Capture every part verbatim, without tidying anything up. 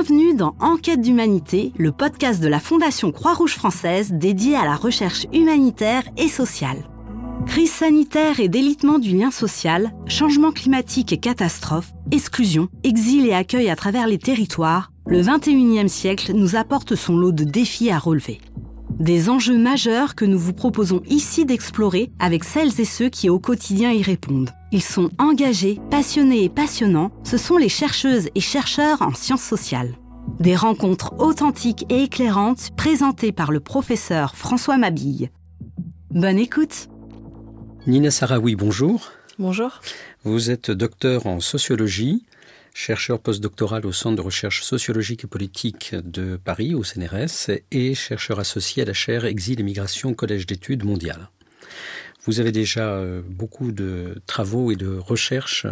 Bienvenue dans Enquête d'humanité, le podcast de la Fondation Croix-Rouge française dédié à la recherche humanitaire et sociale. Crise sanitaire et délitement du lien social, changement climatique et catastrophes, exclusion, exil et accueil à travers les territoires, le vingt et unième siècle nous apporte son lot de défis à relever. Des enjeux majeurs que nous vous proposons ici d'explorer avec celles et ceux qui au quotidien y répondent. Ils sont engagés, passionnés et passionnants, ce sont les chercheuses et chercheurs en sciences sociales. Des rencontres authentiques et éclairantes présentées par le professeur François Mabille. Bonne écoute. Nina Saraoui, bonjour. Bonjour. Vous êtes docteur en sociologie, chercheur postdoctoral au Centre de recherche sociologique et politique de Paris, au C N R S, et chercheur associé à la chaire Exil et Migration, Collège d'études mondiales. Vous avez déjà beaucoup de travaux et de recherches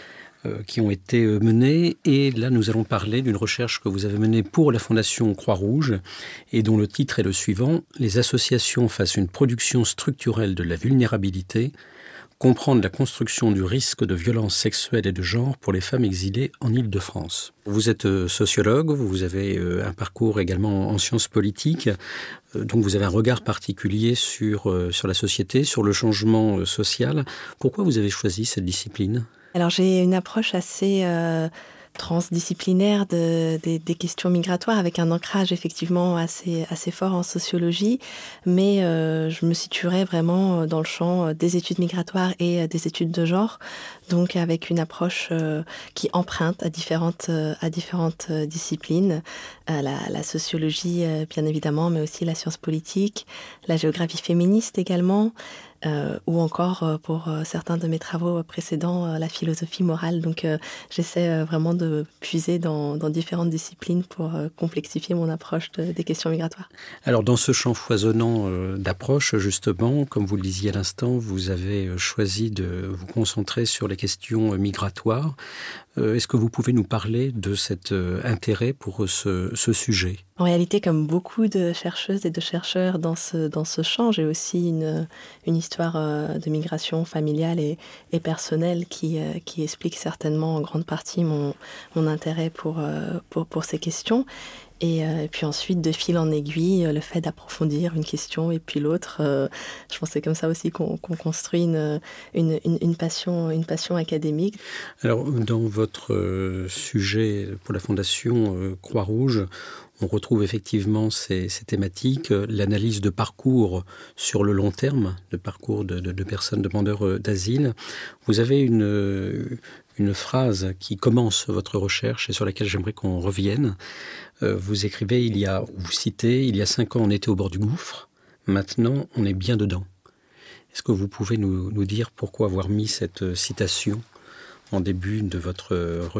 qui ont été menés, et là nous allons parler d'une recherche que vous avez menée pour la Fondation Croix-Rouge et dont le titre est le suivant: Les associations face à une production structurelle de la vulnérabilité, comprendre la construction du risque de violence sexuelle et de genre pour les femmes exilées en Île-de-France. Vous êtes sociologue, vous avez un parcours également en sciences politiques, donc vous avez un regard particulier sur, sur la société, sur le changement social. Pourquoi vous avez choisi cette discipline ? Alors j'ai une approche assez euh, transdisciplinaire de, de, des questions migratoires, avec un ancrage effectivement assez, assez fort en sociologie, mais euh, je me situerais vraiment dans le champ des études migratoires et des études de genre, donc avec une approche euh, qui emprunte à différentes, euh, à différentes euh, disciplines, euh, la, la sociologie euh, bien évidemment, mais aussi la science politique, la géographie féministe également, Euh, ou encore euh, pour euh, certains de mes travaux précédents, euh, la philosophie morale. Donc euh, j'essaie euh, vraiment de puiser dans, dans différentes disciplines pour euh, complexifier mon approche de, des questions migratoires. Alors dans ce champ foisonnant euh, d'approche, justement, comme vous le disiez à l'instant, vous avez choisi de vous concentrer sur les questions migratoires. Euh, est-ce que vous pouvez nous parler de cet euh, intérêt pour ce, ce sujet ? En réalité, comme beaucoup de chercheuses et de chercheurs dans ce, dans ce champ, j'ai aussi une, une histoire euh, de migration familiale et, et personnelle qui, euh, qui explique certainement en grande partie mon, mon intérêt pour, euh, pour, pour ces questions. Et, euh, et puis ensuite, de fil en aiguille, le fait d'approfondir une question et puis l'autre, euh, je pense que c'est comme ça aussi qu'on, qu'on construit une, une, une, une, passion, une passion académique. Alors, dans votre euh, sujet pour la Fondation euh, Croix-Rouge, on retrouve effectivement ces, ces thématiques, l'analyse de parcours sur le long terme, de parcours de, de, de personnes demandeurs d'asile. Vous avez une, une phrase qui commence votre recherche et sur laquelle j'aimerais qu'on revienne. Vous écrivez, il y a, vous citez, il y a cinq ans on était au bord du gouffre, maintenant on est bien dedans. Est-ce que vous pouvez nous, nous dire pourquoi avoir mis cette citation en début de votre recherche ?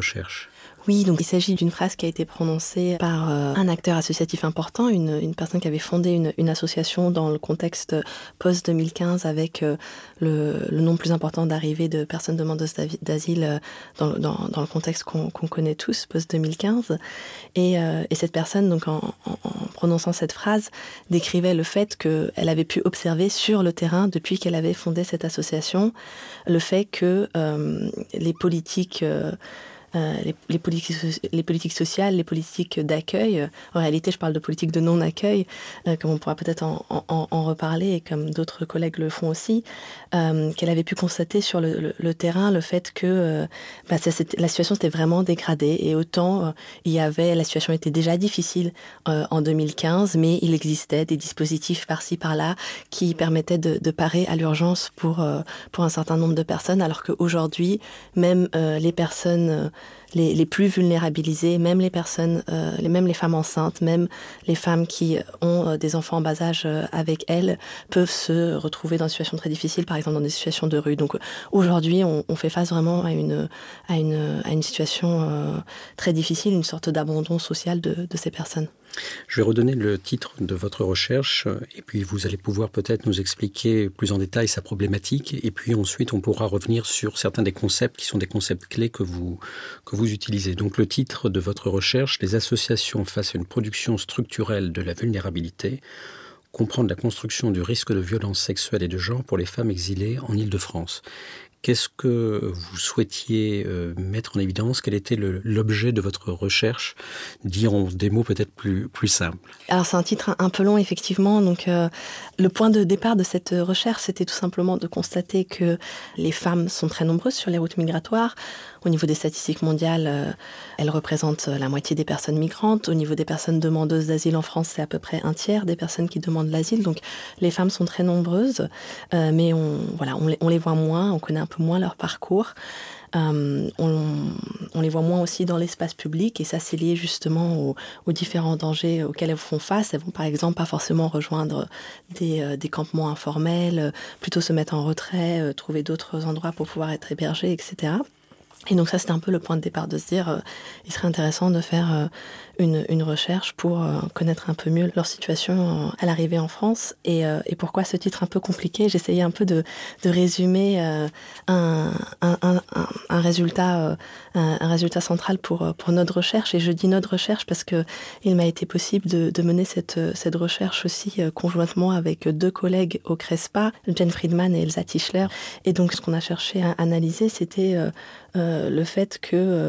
Oui, donc il s'agit d'une phrase qui a été prononcée par euh, un acteur associatif important, une, une personne qui avait fondé une, une association dans le contexte post deux mille quinze avec euh, le, le nombre plus important d'arrivées de personnes demandeuses d'asile euh, dans, dans, dans le contexte qu'on, qu'on connaît tous, post deux mille quinze. Et, euh, et cette personne, donc en, en, en prononçant cette phrase, décrivait le fait qu'elle avait pu observer sur le terrain, depuis qu'elle avait fondé cette association, le fait que euh, les politiques... Euh, Euh, les, les, politiques, les politiques sociales, les politiques d'accueil. En réalité, je parle de politique de non-accueil, euh, comme on pourra peut-être en, en, en reparler, et comme d'autres collègues le font aussi, euh, qu'elle avait pu constater sur le, le, le terrain le fait que euh, bah, ça, la situation s'était vraiment dégradée. Et autant, euh, il y avait, la situation était déjà difficile euh, en deux mille quinze, mais il existait des dispositifs par-ci, par-là, qui permettaient de, de parer à l'urgence pour, euh, pour un certain nombre de personnes, alors qu'aujourd'hui, même euh, les personnes... Euh, Les, les plus vulnérabilisées, même les personnes, euh, les, même les femmes enceintes, même les femmes qui ont euh, des enfants en bas âge euh, avec elles, peuvent se retrouver dans des situations très difficiles, par exemple dans des situations de rue. Donc aujourd'hui, on, on fait face vraiment à une, à une, à une situation euh, très difficile, une sorte d'abandon social de, de ces personnes. Je vais redonner le titre de votre recherche et puis vous allez pouvoir peut-être nous expliquer plus en détail sa problématique et puis ensuite on pourra revenir sur certains des concepts qui sont des concepts clés que vous, que vous utilisez. Donc le titre de votre recherche, Les associations face à une production structurelle de la vulnérabilité, comprendre la construction du risque de violence sexuelle et de genre pour les femmes exilées en Île-de-France. qu'est-ce que vous souhaitiez euh, mettre en évidence? Quel était le, l'objet de votre recherche? Dire en des mots peut-être plus, plus simples. Alors c'est un titre un, un peu long, effectivement. Donc euh, le point de départ de cette recherche, c'était tout simplement de constater que les femmes sont très nombreuses sur les routes migratoires. Au niveau des statistiques mondiales, euh, elles représentent la moitié des personnes migrantes. Au niveau des personnes demandeuses d'asile en France, c'est à peu près un tiers des personnes qui demandent l'asile. Donc les femmes sont très nombreuses, euh, mais on, voilà, on les, on les voit moins, on connaît un peu moins leur parcours. Euh, on, on les voit moins aussi dans l'espace public, et ça c'est lié justement aux, aux différents dangers auxquels elles font face. Elles vont par exemple pas forcément rejoindre des, euh, des campements informels, euh, plutôt se mettre en retrait, euh, trouver d'autres endroits pour pouvoir être hébergées, et cetera. Et donc ça, c'était un peu le point de départ, de se dire euh, il serait intéressant de faire euh, une, une recherche pour euh, connaître un peu mieux leur situation euh, à l'arrivée en France. Et, euh, et pourquoi ce titre un peu compliqué? J'essayais un peu de, de résumer euh, un, un, un, un, résultat, euh, un, un résultat central pour, pour notre recherche. Et je dis notre recherche parce que il m'a été possible de, de mener cette, cette recherche aussi euh, conjointement avec deux collègues au CRESPA, Jen Friedman et Elsa Tischler. Et donc ce qu'on a cherché à analyser, c'était euh, euh, le fait que euh,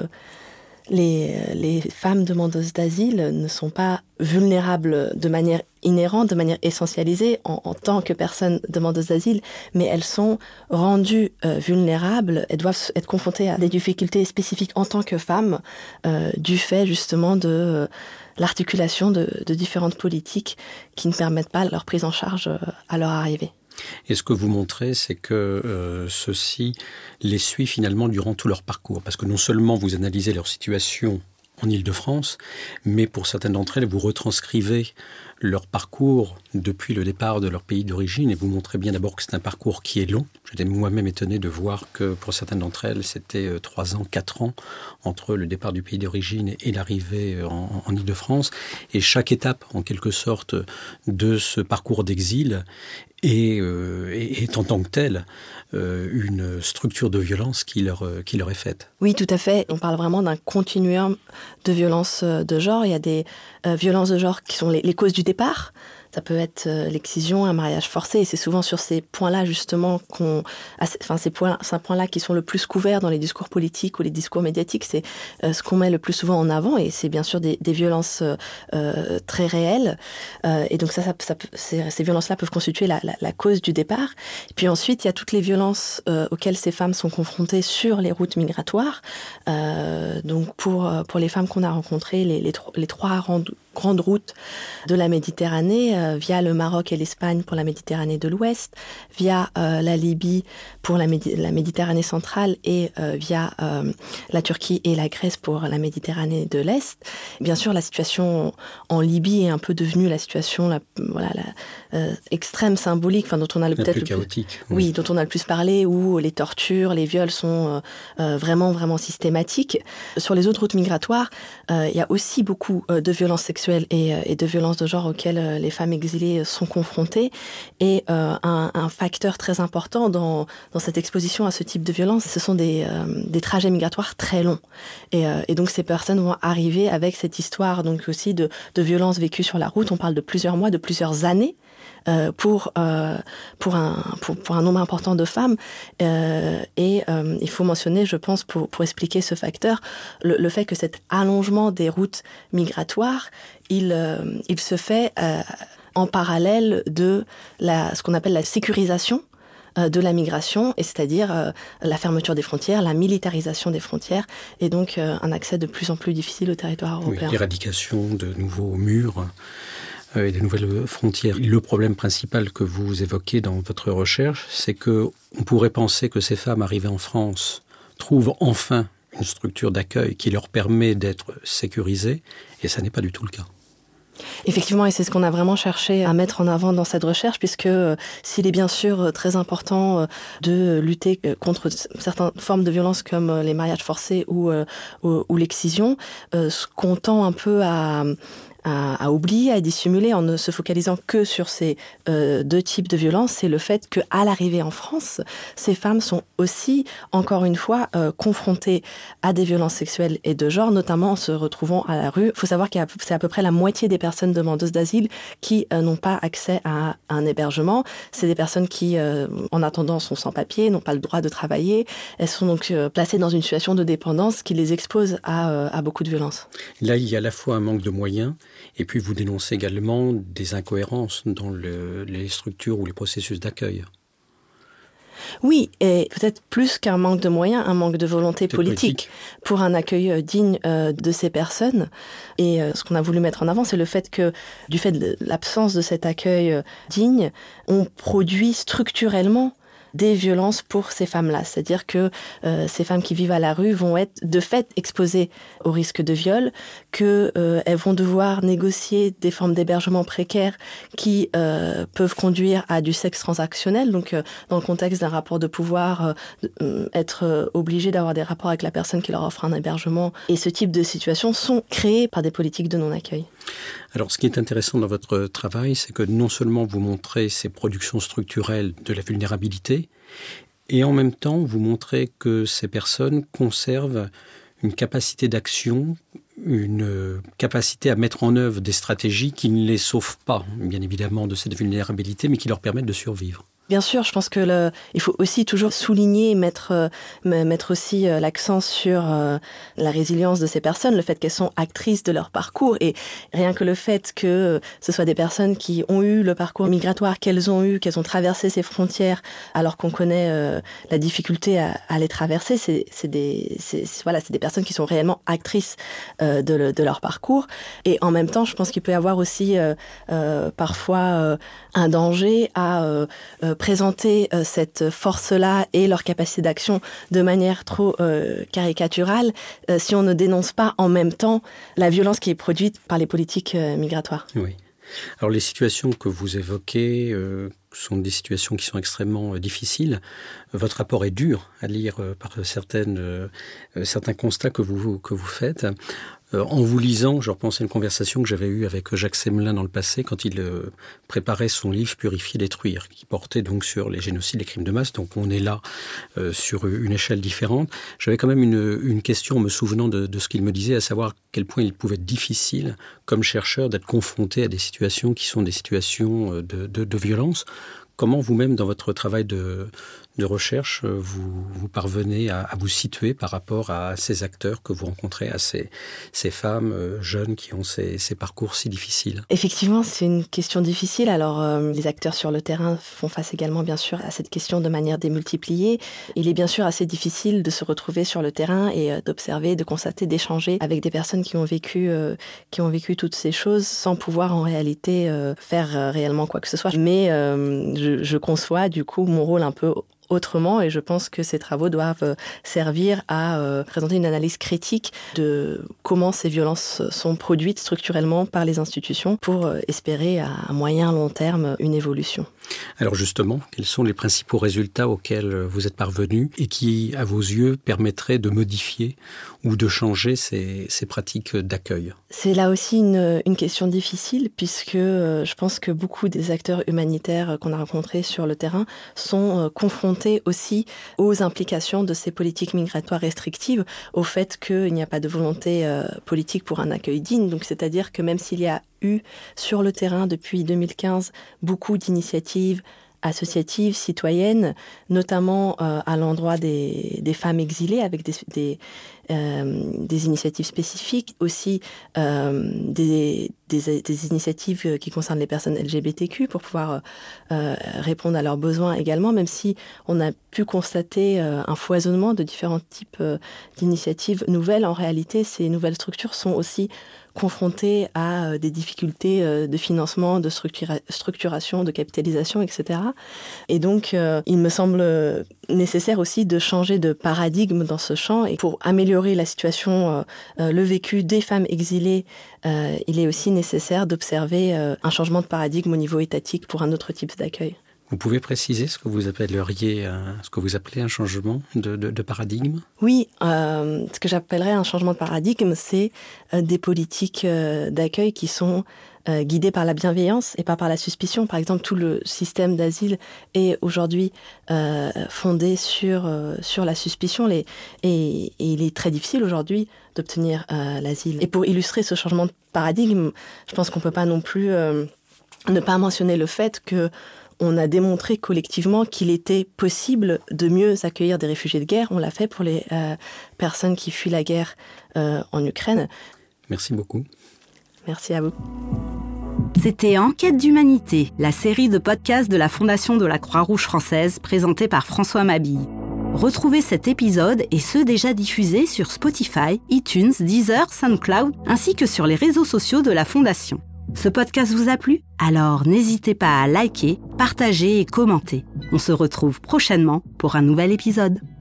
les, les femmes demandeuses d'asile ne sont pas vulnérables de manière inhérente, de manière essentialisée en, en tant que personnes demandeuses d'asile, mais elles sont rendues euh, vulnérables, elles doivent être confrontées à des difficultés spécifiques en tant que femmes, euh, du fait justement de euh, l'articulation de, de différentes politiques qui ne permettent pas leur prise en charge euh, à leur arrivée. Et ce que vous montrez, c'est que euh, ceci les suit finalement durant tout leur parcours. Parce que non seulement vous analysez leur situation en Île-de-France, mais pour certaines d'entre elles, vous retranscrivez leur parcours depuis le départ de leur pays d'origine, et vous montrez bien d'abord que c'est un parcours qui est long. J'étais moi-même étonné de voir que pour certaines d'entre elles, c'était trois ans, quatre ans entre le départ du pays d'origine et l'arrivée en, en Île-de-France. Et chaque étape, en quelque sorte, de ce parcours d'exil est, euh, est en tant que telle euh, une structure de violence qui leur, euh, qui leur est faite. Oui, tout à fait. On parle vraiment d'un continuum de violences de genre. Il y a des euh, violences de genre qui sont les, les causes du départ. Ça peut être euh, l'excision, un mariage forcé. Et c'est souvent sur ces points-là, justement, qu'on, enfin, ces points, ces points-là qui sont le plus couverts dans les discours politiques ou les discours médiatiques. C'est euh, ce qu'on met le plus souvent en avant. Et c'est bien sûr des, des violences euh, très réelles. Euh, et donc ça, ça, ça ces, ces violences-là peuvent constituer la, la, la cause du départ. Et puis ensuite, il y a toutes les violences euh, auxquelles ces femmes sont confrontées sur les routes migratoires. Euh, donc pour, pour les femmes qu'on a rencontrées, les, les, les trois grandes routes de la Méditerranée, euh, via le Maroc et l'Espagne pour la Méditerranée de l'Ouest, via euh, la Libye pour la, Médi- la Méditerranée centrale et euh, via euh, la Turquie et la Grèce pour la Méditerranée de l'Est. Bien sûr, la situation en Libye est un peu devenue la situation la, voilà, la, euh, extrême symbolique, enfin, dont on a le, la peut-être plus le chaotique. Plus, oui, oui, dont on a le plus parlé, où les tortures, les viols sont euh, euh, vraiment, vraiment systématiques. Sur les autres routes migratoires, euh, il y a aussi beaucoup euh, de violences sexuelles et, euh, et de violences de genre auxquelles euh, les femmes exilées sont confrontées. Et euh, un, un facteur très important dans, dans cette exposition à ce type de violence, ce sont des, euh, des trajets migratoires très longs. Et, euh, et donc ces personnes vont arriver avec cette histoire donc aussi de, de violences vécues sur la route. On parle de plusieurs mois, de plusieurs années. Euh, pour, euh, pour, un, pour, pour un nombre important de femmes. Euh, et euh, il faut mentionner, je pense, pour, pour expliquer ce facteur, le, le fait que cet allongement des routes migratoires, il, euh, il se fait euh, en parallèle de la, ce qu'on appelle la sécurisation de la migration, et c'est-à-dire euh, la fermeture des frontières, la militarisation des frontières, et donc euh, un accès de plus en plus difficile au territoire européen. Oui, l'éradication de nouveaux murs et des nouvelles frontières. Le problème principal que vous évoquez dans votre recherche, c'est qu'on pourrait penser que ces femmes arrivées en France trouvent enfin une structure d'accueil qui leur permet d'être sécurisées, et ça n'est pas du tout le cas. Effectivement, et c'est ce qu'on a vraiment cherché à mettre en avant dans cette recherche, puisque euh, s'il est bien sûr très important euh, de lutter contre certaines formes de violence comme euh, les mariages forcés ou, euh, ou, ou l'excision, euh, ce qu'on tend un peu à... à, à oublier, à dissimuler en ne se focalisant que sur ces euh, deux types de violences, c'est le fait qu'à l'arrivée en France, ces femmes sont aussi, encore une fois, euh, confrontées à des violences sexuelles et de genre, notamment en se retrouvant à la rue. Il faut savoir qu'il y a, c'est à peu près la moitié des personnes demandeuses d'asile qui euh, n'ont pas accès à, à un hébergement. C'est des personnes qui, euh, en attendant, sont sans papier, n'ont pas le droit de travailler. Elles sont donc euh, placées dans une situation de dépendance qui les expose à, euh, à beaucoup de violences. Là, il y a à la fois un manque de moyens et puis vous dénoncez également des incohérences dans le, les structures ou les processus d'accueil. Oui, et peut-être plus qu'un manque de moyens, un manque de volonté politique, politique pour un accueil digne euh, de ces personnes. Et euh, ce qu'on a voulu mettre en avant, c'est le fait que, du fait de l'absence de cet accueil euh, digne, on produit structurellement des violences pour ces femmes-là. C'est-à-dire que euh, ces femmes qui vivent à la rue vont être de fait exposées au risque de viol, qu'elles euh, vont devoir négocier des formes d'hébergement précaires qui euh, peuvent conduire à du sexe transactionnel. Donc, euh, dans le contexte d'un rapport de pouvoir, euh, être euh, obligées d'avoir des rapports avec la personne qui leur offre un hébergement. Et ce type de situations sont créées par des politiques de non-accueil. Alors, ce qui est intéressant dans votre travail, c'est que non seulement vous montrez ces productions structurelles de la vulnérabilité, et en même temps, vous montrez que ces personnes conservent une capacité d'action, une capacité à mettre en œuvre des stratégies qui ne les sauvent pas, bien évidemment, de cette vulnérabilité, mais qui leur permettent de survivre. Bien sûr, je pense que le, il faut aussi toujours souligner, mettre, euh, mettre aussi euh, l'accent sur euh, la résilience de ces personnes, le fait qu'elles sont actrices de leur parcours, et rien que le fait que ce soit des personnes qui ont eu le parcours migratoire qu'elles ont eu, qu'elles ont traversé ces frontières, alors qu'on connaît euh, la difficulté à, à les traverser, c'est, c'est des, c'est, voilà, c'est des personnes qui sont réellement actrices euh, de, le, de leur parcours. Et en même temps, je pense qu'il peut y avoir aussi euh, euh, parfois euh, un danger à euh, euh, présenter euh, cette force-là et leur capacité d'action de manière trop euh, caricaturale euh, si on ne dénonce pas en même temps la violence qui est produite par les politiques euh, migratoires. Oui. Alors les situations que vous évoquez euh, sont des situations qui sont extrêmement euh, difficiles. Votre rapport est dur à lire euh, par certaines, euh, certains constats que vous, que vous faites. Euh, en vous lisant, je repense à une conversation que j'avais eue avec Jacques Semelin dans le passé quand il euh, préparait son livre « Purifier, détruire » qui portait donc sur les génocides, les crimes de masse. Donc on est là euh, sur une échelle différente. J'avais quand même une, une question en me souvenant de, de ce qu'il me disait, à savoir à quel point il pouvait être difficile, comme chercheur, d'être confronté à des situations qui sont des situations de, de, de violence. Comment vous-même, dans votre travail de, de recherche, vous, vous parvenez à, à vous situer par rapport à ces acteurs que vous rencontrez, à ces, ces femmes euh, jeunes qui ont ces, ces parcours si difficiles? Effectivement, c'est une question difficile. Alors, euh, les acteurs sur le terrain font face également, bien sûr, à cette question de manière démultipliée. Il est bien sûr assez difficile de se retrouver sur le terrain et euh, d'observer, de constater, d'échanger avec des personnes qui ont vécu, euh, qui ont vécu toutes ces choses sans pouvoir en réalité euh, faire euh, réellement quoi que ce soit. Mais euh, je, je conçois du coup mon rôle un peu autrement, et je pense que ces travaux doivent servir à euh, présenter une analyse critique de comment ces violences sont produites structurellement par les institutions pour euh, espérer à moyen long terme une évolution. Alors justement, quels sont les principaux résultats auxquels vous êtes parvenus et qui, à vos yeux, permettraient de modifier ou de changer ces, ces pratiques d'accueil? C'est là aussi une, une question difficile, puisque euh, je pense que beaucoup des acteurs humanitaires qu'on a rencontrés sur le terrain sont euh, confrontés aussi aux implications de ces politiques migratoires restrictives, au fait qu'il n'y a pas de volonté euh, politique pour un accueil digne. Donc, c'est-à-dire que même s'il y a eu sur le terrain depuis deux mille quinze beaucoup d'initiatives associatives, citoyennes, notamment euh, à l'endroit des, des femmes exilées, avec des, des, euh, des initiatives spécifiques, aussi euh, des, des, des initiatives qui concernent les personnes L G B T Q pour pouvoir euh, répondre à leurs besoins également, même si on a pu constater euh, un foisonnement de différents types euh, d'initiatives nouvelles. En réalité, ces nouvelles structures sont aussi confrontés à des difficultés de financement, de structura- structuration, de capitalisation, et cetera. Et donc, euh, il me semble nécessaire aussi de changer de paradigme dans ce champ. Et pour améliorer la situation, euh, le vécu des femmes exilées, euh, il est aussi nécessaire d'observer euh, un changement de paradigme au niveau étatique pour un autre type d'accueil. Vous pouvez préciser ce que vous appelleriez, un, ce que vous appelez un changement de, de, de paradigme ? Oui, euh, ce que j'appellerais un changement de paradigme, c'est euh, des politiques euh, d'accueil qui sont euh, guidées par la bienveillance et pas par la suspicion. Par exemple, tout le système d'asile est aujourd'hui euh, fondé sur, euh, sur la suspicion les, et, et il est très difficile aujourd'hui d'obtenir euh, l'asile. Et pour illustrer ce changement de paradigme, je pense qu'on ne peut pas non plus euh, ne pas mentionner le fait que on a démontré collectivement qu'il était possible de mieux accueillir des réfugiés de guerre. On l'a fait pour les euh, personnes qui fuient la guerre euh, en Ukraine. Merci beaucoup. Merci à vous. C'était Enquête d'humanité, la série de podcasts de la Fondation de la Croix-Rouge française présentée par François Mabille. Retrouvez cet épisode et ceux déjà diffusés sur Spotify, iTunes, Deezer, SoundCloud, ainsi que sur les réseaux sociaux de la Fondation. Ce podcast vous a plu ? Alors n'hésitez pas à liker, partager et commenter. On se retrouve prochainement pour un nouvel épisode.